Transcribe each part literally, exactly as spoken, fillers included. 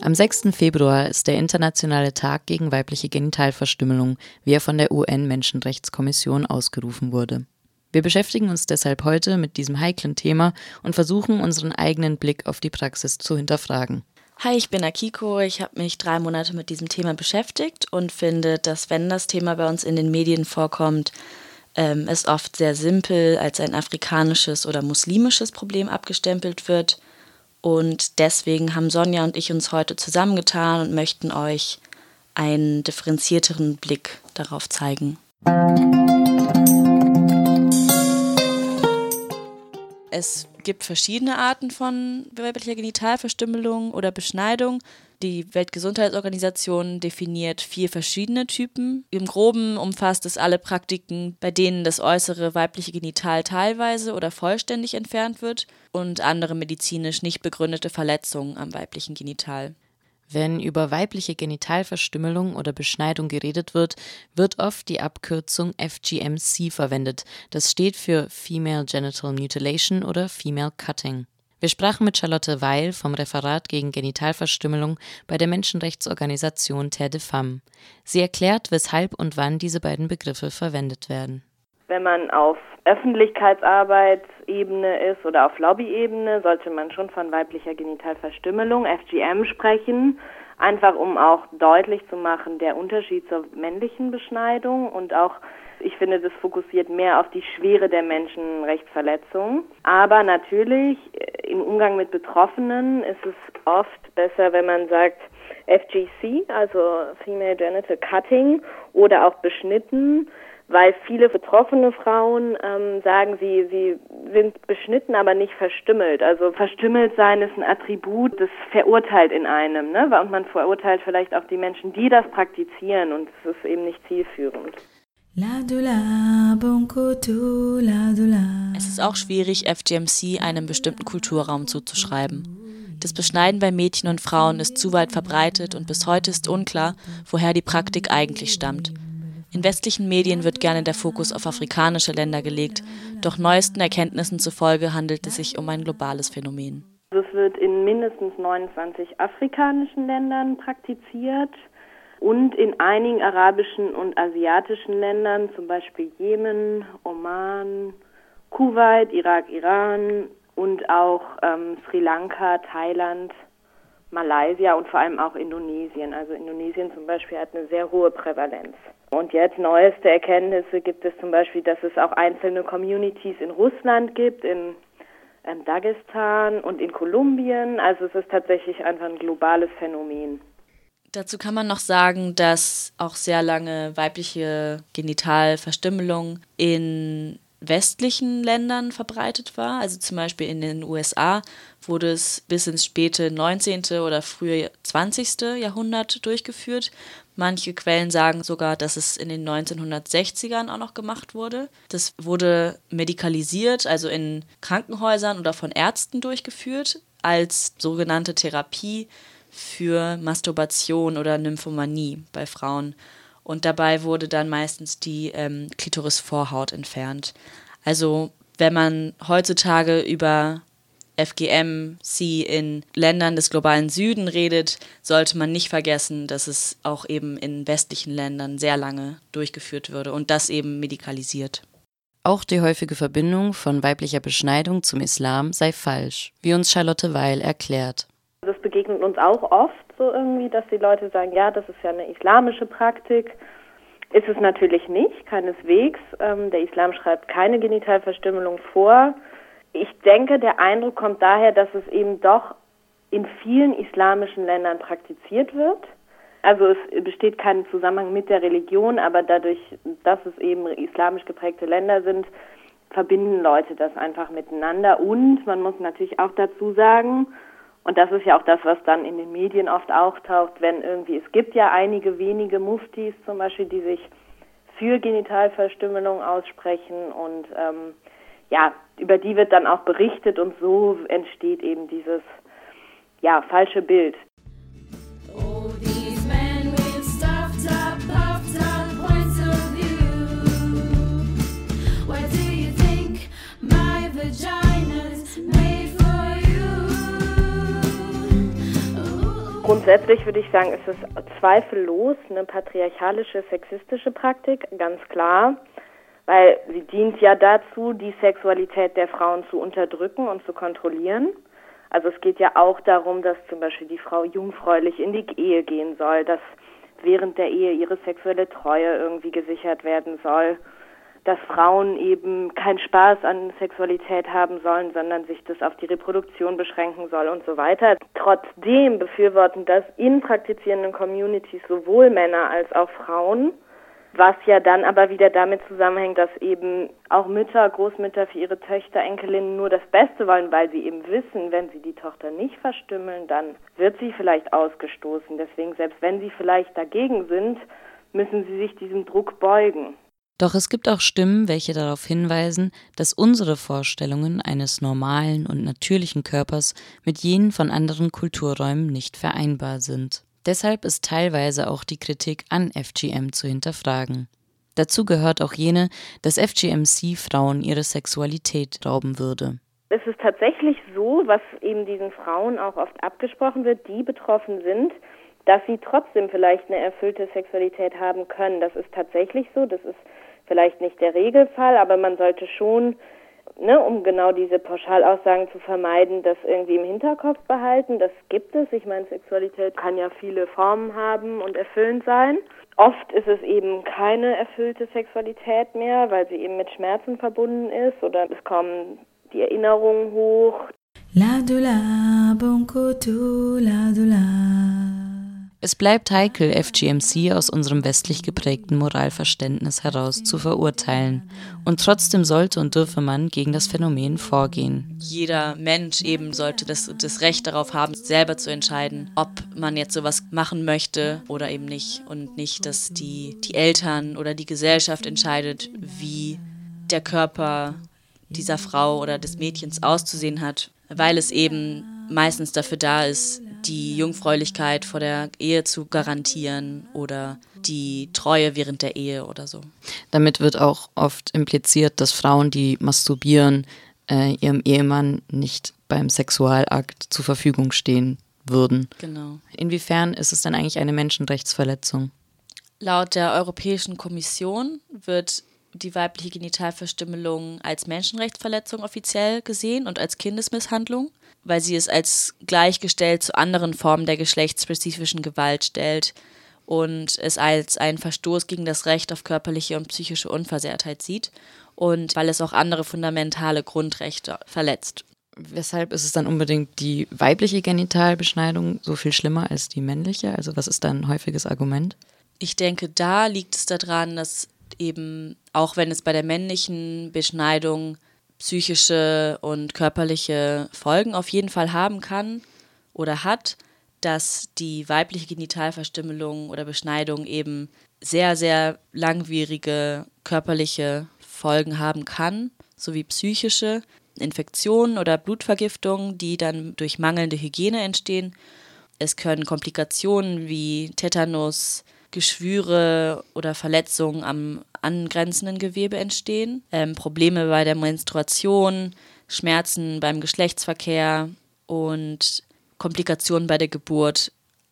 Am sechsten Februar ist der internationale Tag gegen weibliche Genitalverstümmelung, wie er von der U N-Menschenrechtskommission ausgerufen wurde. Wir beschäftigen uns deshalb heute mit diesem heiklen Thema und versuchen, unseren eigenen Blick auf die Praxis zu hinterfragen. Hi, ich bin Akiko. Ich habe mich drei Monate mit diesem Thema beschäftigt und finde, dass, wenn das Thema bei uns in den Medien vorkommt, ähm, es oft sehr simpel als ein afrikanisches oder muslimisches Problem abgestempelt wird. Und deswegen haben Sonja und ich uns heute zusammengetan und möchten euch einen differenzierteren Blick darauf zeigen. Es gibt verschiedene Arten von weiblicher Genitalverstümmelung oder Beschneidung. Die Weltgesundheitsorganisation definiert vier verschiedene Typen. Im Groben umfasst es alle Praktiken, bei denen das äußere weibliche Genital teilweise oder vollständig entfernt wird und andere medizinisch nicht begründete Verletzungen am weiblichen Genital. Wenn über weibliche Genitalverstümmelung oder Beschneidung geredet wird, wird oft die Abkürzung F G M C verwendet. Das steht für Female Genital Mutilation oder Female Cutting. Wir sprachen mit Charlotte Weil vom Referat gegen Genitalverstümmelung bei der Menschenrechtsorganisation Terre des Femmes. Sie erklärt, weshalb und wann diese beiden Begriffe verwendet werden. Wenn man auf Öffentlichkeitsarbeitsebene ist oder auf Lobbyebene, sollte man schon von weiblicher Genitalverstümmelung, F G M, sprechen, einfach um auch deutlich zu machen, der Unterschied zur männlichen Beschneidung und auch, ich finde, das fokussiert mehr auf die Schwere der Menschenrechtsverletzung. Aber natürlich, im Umgang mit Betroffenen ist es oft besser, wenn man sagt F G C, also Female Genital Cutting, oder auch beschnitten, weil viele betroffene Frauen ähm, sagen, sie, sie sind beschnitten, aber nicht verstümmelt. Also verstümmelt sein ist ein Attribut, das verurteilt in einem, ne? Und man verurteilt vielleicht auch die Menschen, die das praktizieren, und es ist eben nicht zielführend. Es ist auch schwierig, F G M C einem bestimmten Kulturraum zuzuschreiben. Das Beschneiden bei Mädchen und Frauen ist zu weit verbreitet und bis heute ist unklar, woher die Praktik eigentlich stammt. In westlichen Medien wird gerne der Fokus auf afrikanische Länder gelegt, doch neuesten Erkenntnissen zufolge handelt es sich um ein globales Phänomen. Es wird in mindestens neunundzwanzig afrikanischen Ländern praktiziert und in einigen arabischen und asiatischen Ländern, zum Beispiel Jemen, Oman, Kuwait, Irak, Iran und auch ähm, Sri Lanka, Thailand, Malaysia und vor allem auch Indonesien. Also Indonesien zum Beispiel hat eine sehr hohe Prävalenz. Und jetzt neueste Erkenntnisse gibt es zum Beispiel, dass es auch einzelne Communities in Russland gibt, in ähm, Dagestan und in Kolumbien. Also es ist tatsächlich einfach ein globales Phänomen. Dazu kann man noch sagen, dass auch sehr lange weibliche Genitalverstümmelung in westlichen Ländern verbreitet war. Also zum Beispiel in den U S A wurde es bis ins späte neunzehnte oder frühe zwanzigste Jahrhundert durchgeführt. Manche Quellen sagen sogar, dass es in den neunzehnhundertsechzigern auch noch gemacht wurde. Das wurde medikalisiert, also in Krankenhäusern oder von Ärzten durchgeführt, als sogenannte Therapie für Masturbation oder Nymphomanie bei Frauen. Und dabei wurde dann meistens die ähm, Klitorisvorhaut entfernt. Also wenn man heutzutage über F G M C in Ländern des globalen Süden redet, sollte man nicht vergessen, dass es auch eben in westlichen Ländern sehr lange durchgeführt wurde und das eben medikalisiert. Auch die häufige Verbindung von weiblicher Beschneidung zum Islam sei falsch, wie uns Charlotte Weil erklärt. Das begegnet uns auch oft so irgendwie, dass die Leute sagen, ja, das ist ja eine islamische Praktik. Ist es natürlich nicht, keineswegs. Ähm, der Islam schreibt keine Genitalverstümmelung vor. Ich denke, der Eindruck kommt daher, dass es eben doch in vielen islamischen Ländern praktiziert wird. Also es besteht kein Zusammenhang mit der Religion, aber dadurch, dass es eben islamisch geprägte Länder sind, verbinden Leute das einfach miteinander. Und man muss natürlich auch dazu sagen, und das ist ja auch das, was dann in den Medien oft auftaucht, wenn irgendwie, es gibt ja einige wenige Muftis zum Beispiel, die sich für Genitalverstümmelung aussprechen und ähm, ja, über die wird dann auch berichtet und so entsteht eben dieses ja, falsche Bild. Grundsätzlich würde ich sagen, ist es zweifellos eine patriarchalische, sexistische Praktik, ganz klar, weil sie dient ja dazu, die Sexualität der Frauen zu unterdrücken und zu kontrollieren. Also es geht ja auch darum, dass zum Beispiel die Frau jungfräulich in die Ehe gehen soll, dass während der Ehe ihre sexuelle Treue irgendwie gesichert werden soll, dass Frauen eben keinen Spaß an Sexualität haben sollen, sondern sich das auf die Reproduktion beschränken soll und so weiter. Trotzdem befürworten das in praktizierenden Communities sowohl Männer als auch Frauen, was ja dann aber wieder damit zusammenhängt, dass eben auch Mütter, Großmütter für ihre Töchter, Enkelinnen nur das Beste wollen, weil sie eben wissen, wenn sie die Tochter nicht verstümmeln, dann wird sie vielleicht ausgestoßen. Deswegen, selbst wenn sie vielleicht dagegen sind, müssen sie sich diesem Druck beugen. Doch es gibt auch Stimmen, welche darauf hinweisen, dass unsere Vorstellungen eines normalen und natürlichen Körpers mit jenen von anderen Kulturräumen nicht vereinbar sind. Deshalb ist teilweise auch die Kritik an F G M zu hinterfragen. Dazu gehört auch jene, dass F G M C Frauen ihre Sexualität rauben würde. Es ist tatsächlich so, was eben diesen Frauen auch oft abgesprochen wird, die betroffen sind, dass sie trotzdem vielleicht eine erfüllte Sexualität haben können. Das ist tatsächlich so, das ist vielleicht nicht der Regelfall, aber man sollte schon, ne, um genau diese Pauschalaussagen zu vermeiden, das irgendwie im Hinterkopf behalten. Das gibt es. Ich meine, Sexualität kann ja viele Formen haben und erfüllend sein. Oft ist es eben keine erfüllte Sexualität mehr, weil sie eben mit Schmerzen verbunden ist oder es kommen die Erinnerungen hoch. La douleur, bon couteau, la douleur. Es bleibt heikel, F G M C aus unserem westlich geprägten Moralverständnis heraus zu verurteilen. Und trotzdem sollte und dürfe man gegen das Phänomen vorgehen. Jeder Mensch eben sollte das, das Recht darauf haben, selber zu entscheiden, ob man jetzt sowas machen möchte oder eben nicht. Und nicht, dass die, die Eltern oder die Gesellschaft entscheidet, wie der Körper dieser Frau oder des Mädchens auszusehen hat, weil es eben meistens dafür da ist, die Jungfräulichkeit vor der Ehe zu garantieren oder die Treue während der Ehe oder so. Damit wird auch oft impliziert, dass Frauen, die masturbieren, äh, ihrem Ehemann nicht beim Sexualakt zur Verfügung stehen würden. Genau. Inwiefern ist es denn eigentlich eine Menschenrechtsverletzung? Laut der Europäischen Kommission wird die weibliche Genitalverstümmelung als Menschenrechtsverletzung offiziell gesehen und als Kindesmisshandlung, weil sie es als gleichgestellt zu anderen Formen der geschlechtsspezifischen Gewalt stellt und es als einen Verstoß gegen das Recht auf körperliche und psychische Unversehrtheit sieht und weil es auch andere fundamentale Grundrechte verletzt. Weshalb ist es dann unbedingt die weibliche Genitalbeschneidung so viel schlimmer als die männliche? Also was ist da ein häufiges Argument? Ich denke, da liegt es daran, dass eben, auch wenn es bei der männlichen Beschneidung psychische und körperliche Folgen auf jeden Fall haben kann oder hat, dass die weibliche Genitalverstümmelung oder Beschneidung eben sehr, sehr langwierige körperliche Folgen haben kann, sowie psychische Infektionen oder Blutvergiftungen, die dann durch mangelnde Hygiene entstehen. Es können Komplikationen wie Tetanus, Geschwüre oder Verletzungen am angrenzenden Gewebe entstehen, ähm, Probleme bei der Menstruation, Schmerzen beim Geschlechtsverkehr und Komplikationen bei der Geburt.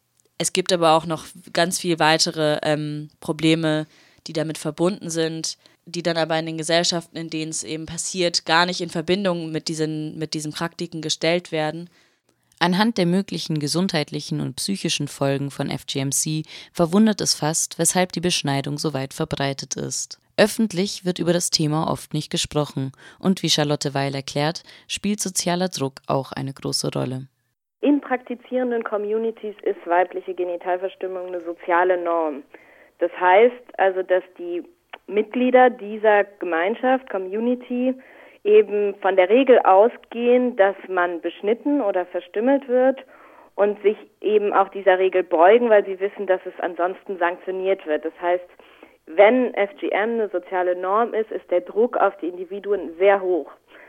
Es gibt aber auch noch ganz viele weitere ähm, Probleme, die damit verbunden sind, die dann aber in den Gesellschaften, in denen es eben passiert, gar nicht in Verbindung mit diesen, mit diesen Praktiken gestellt werden. Anhand der möglichen gesundheitlichen und psychischen Folgen von F G M C verwundert es fast, weshalb die Beschneidung so weit verbreitet ist. Öffentlich wird über das Thema oft nicht gesprochen und wie Charlotte Weil erklärt, spielt sozialer Druck auch eine große Rolle. In praktizierenden Communities ist weibliche Genitalverstümmelung eine soziale Norm. Das heißt also, dass die Mitglieder dieser Gemeinschaft, Community, eben von der Regel ausgehen, dass man beschnitten oder verstümmelt wird und sich eben auch dieser Regel beugen, weil sie wissen, dass es ansonsten sanktioniert wird. Das heißt, wenn F G M eine soziale Norm ist, ist der Druck auf die Individuen sehr hoch.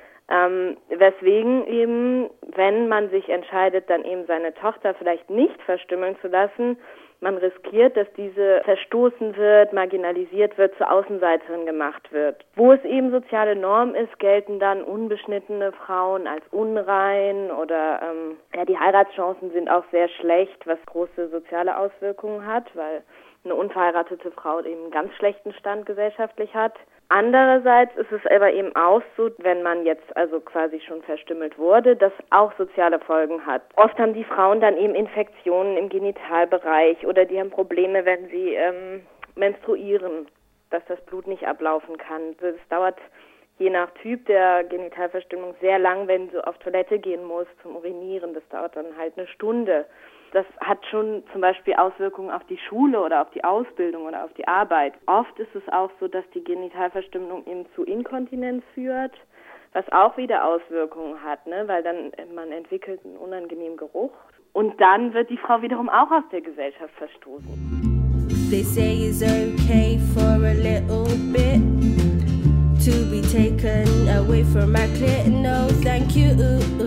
Ähm, weswegen eben, wenn man sich entscheidet, dann eben seine Tochter vielleicht nicht verstümmeln zu lassen, Man riskiert, dass diese verstoßen wird, marginalisiert wird, zur Außenseiterin gemacht wird. Wo es eben soziale Norm ist, gelten dann unbeschnittene Frauen als unrein oder ähm, ja, die Heiratschancen sind auch sehr schlecht, was große soziale Auswirkungen hat, weil eine unverheiratete Frau eben einen ganz schlechten Stand gesellschaftlich hat. Andererseits ist es aber eben auch so, wenn man jetzt also quasi schon verstümmelt wurde, dass auch soziale Folgen hat. Oft haben die Frauen dann eben Infektionen im Genitalbereich oder die haben Probleme, wenn sie ähm, menstruieren, dass das Blut nicht ablaufen kann. Das dauert je nach Typ der Genitalverstümmelung sehr lang, wenn sie auf Toilette gehen muss zum Urinieren. Das dauert dann halt eine Stunde. Das hat schon zum Beispiel Auswirkungen auf die Schule oder auf die Ausbildung oder auf die Arbeit. Oft ist es auch so, dass die Genitalverstümmelung eben zu Inkontinenz führt, was auch wieder Auswirkungen hat, ne? Weil dann man entwickelt einen unangenehmen Geruch. Und dann wird die Frau wiederum auch aus der Gesellschaft verstoßen. They say it's okay for a little bit to be taken away from my clit. No, thank you.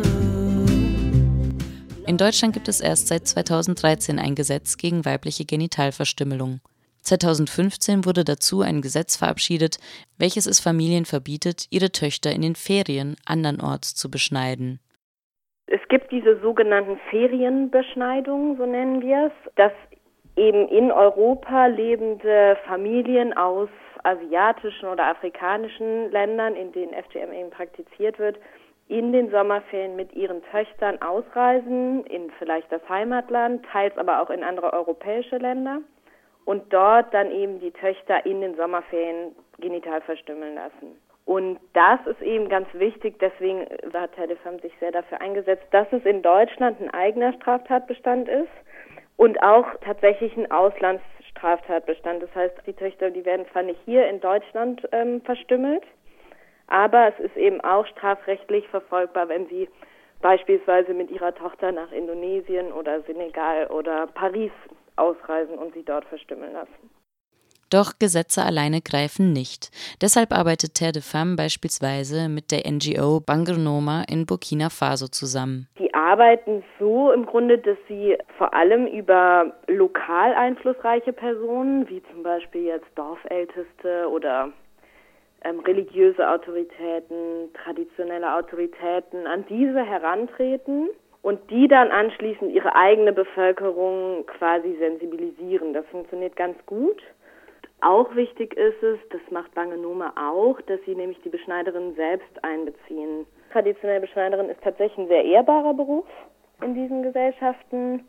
In Deutschland gibt es erst seit zweitausenddreizehn ein Gesetz gegen weibliche Genitalverstümmelung. zweitausendfünfzehn wurde dazu ein Gesetz verabschiedet, welches es Familien verbietet, ihre Töchter in den Ferien andernorts zu beschneiden. Es gibt diese sogenannten Ferienbeschneidungen, so nennen wir es, dass eben in Europa lebende Familien aus asiatischen oder afrikanischen Ländern, in denen F G M eben praktiziert wird, in den Sommerferien mit ihren Töchtern ausreisen, in vielleicht das Heimatland, teils aber auch in andere europäische Länder und dort dann eben die Töchter in den Sommerferien genital verstümmeln lassen. Und das ist eben ganz wichtig, deswegen hat Terre des Femmes sich sehr dafür eingesetzt, dass es in Deutschland ein eigener Straftatbestand ist und auch tatsächlich ein Auslandsstraftatbestand. Das heißt, die Töchter, die werden zwar nicht hier in Deutschland ähm, verstümmelt, aber es ist eben auch strafrechtlich verfolgbar, wenn sie beispielsweise mit ihrer Tochter nach Indonesien oder Senegal oder Paris ausreisen und sie dort verstümmeln lassen. Doch Gesetze alleine greifen nicht. Deshalb arbeitet Terre des Femmes beispielsweise mit der N G O Bango-Noma in Burkina Faso zusammen. Die arbeiten so im Grunde, dass sie vor allem über lokal einflussreiche Personen, wie zum Beispiel jetzt Dorfälteste oder Ähm, religiöse Autoritäten, traditionelle Autoritäten, an diese herantreten und die dann anschließend ihre eigene Bevölkerung quasi sensibilisieren. Das funktioniert ganz gut. Auch wichtig ist es, das macht Bango-Noma auch, dass sie nämlich die Beschneiderin selbst einbeziehen. Traditionelle Beschneiderin ist tatsächlich ein sehr ehrbarer Beruf in diesen Gesellschaften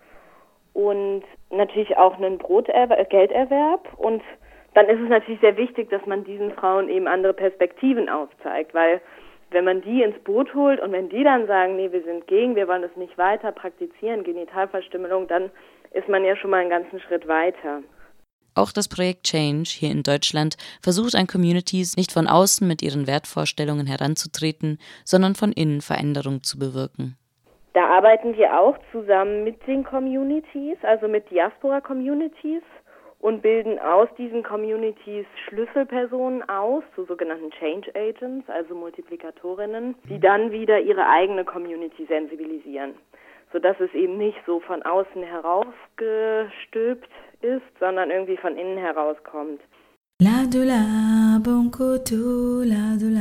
und natürlich auch ein Broterwer- Gelderwerb. Und dann ist es natürlich sehr wichtig, dass man diesen Frauen eben andere Perspektiven aufzeigt, weil wenn man die ins Boot holt und wenn die dann sagen, nee, wir sind gegen, wir wollen das nicht weiter praktizieren, Genitalverstümmelung, dann ist man ja schon mal einen ganzen Schritt weiter. Auch das Projekt Change hier in Deutschland versucht an Communities nicht von außen mit ihren Wertvorstellungen heranzutreten, sondern von innen Veränderung zu bewirken. Da arbeiten wir auch zusammen mit den Communities, also mit Diaspora-Communities und bilden aus diesen Communities Schlüsselpersonen aus, zu sogenannten Change Agents, also Multiplikatorinnen, die dann wieder ihre eigene Community sensibilisieren, sodass es eben nicht so von außen heraufgestülpt ist, sondern irgendwie von innen herauskommt. La doula, bon couteau, la doula.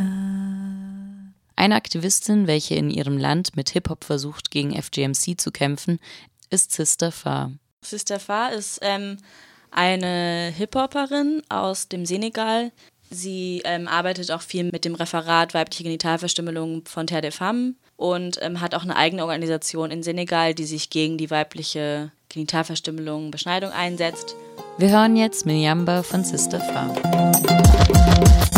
Eine Aktivistin, welche in ihrem Land mit Hip-Hop versucht, gegen F G M C zu kämpfen, ist Sister Fa. Sister Fa ist ähm, eine Hip-Hopperin aus dem Senegal. Sie ähm, arbeitet auch viel mit dem Referat Weibliche Genitalverstümmelung von Terre des Femmes und ähm, hat auch eine eigene Organisation in Senegal, die sich gegen die weibliche Genitalverstümmelung, Beschneidung einsetzt. Wir hören jetzt Minyamba von Sister Fa.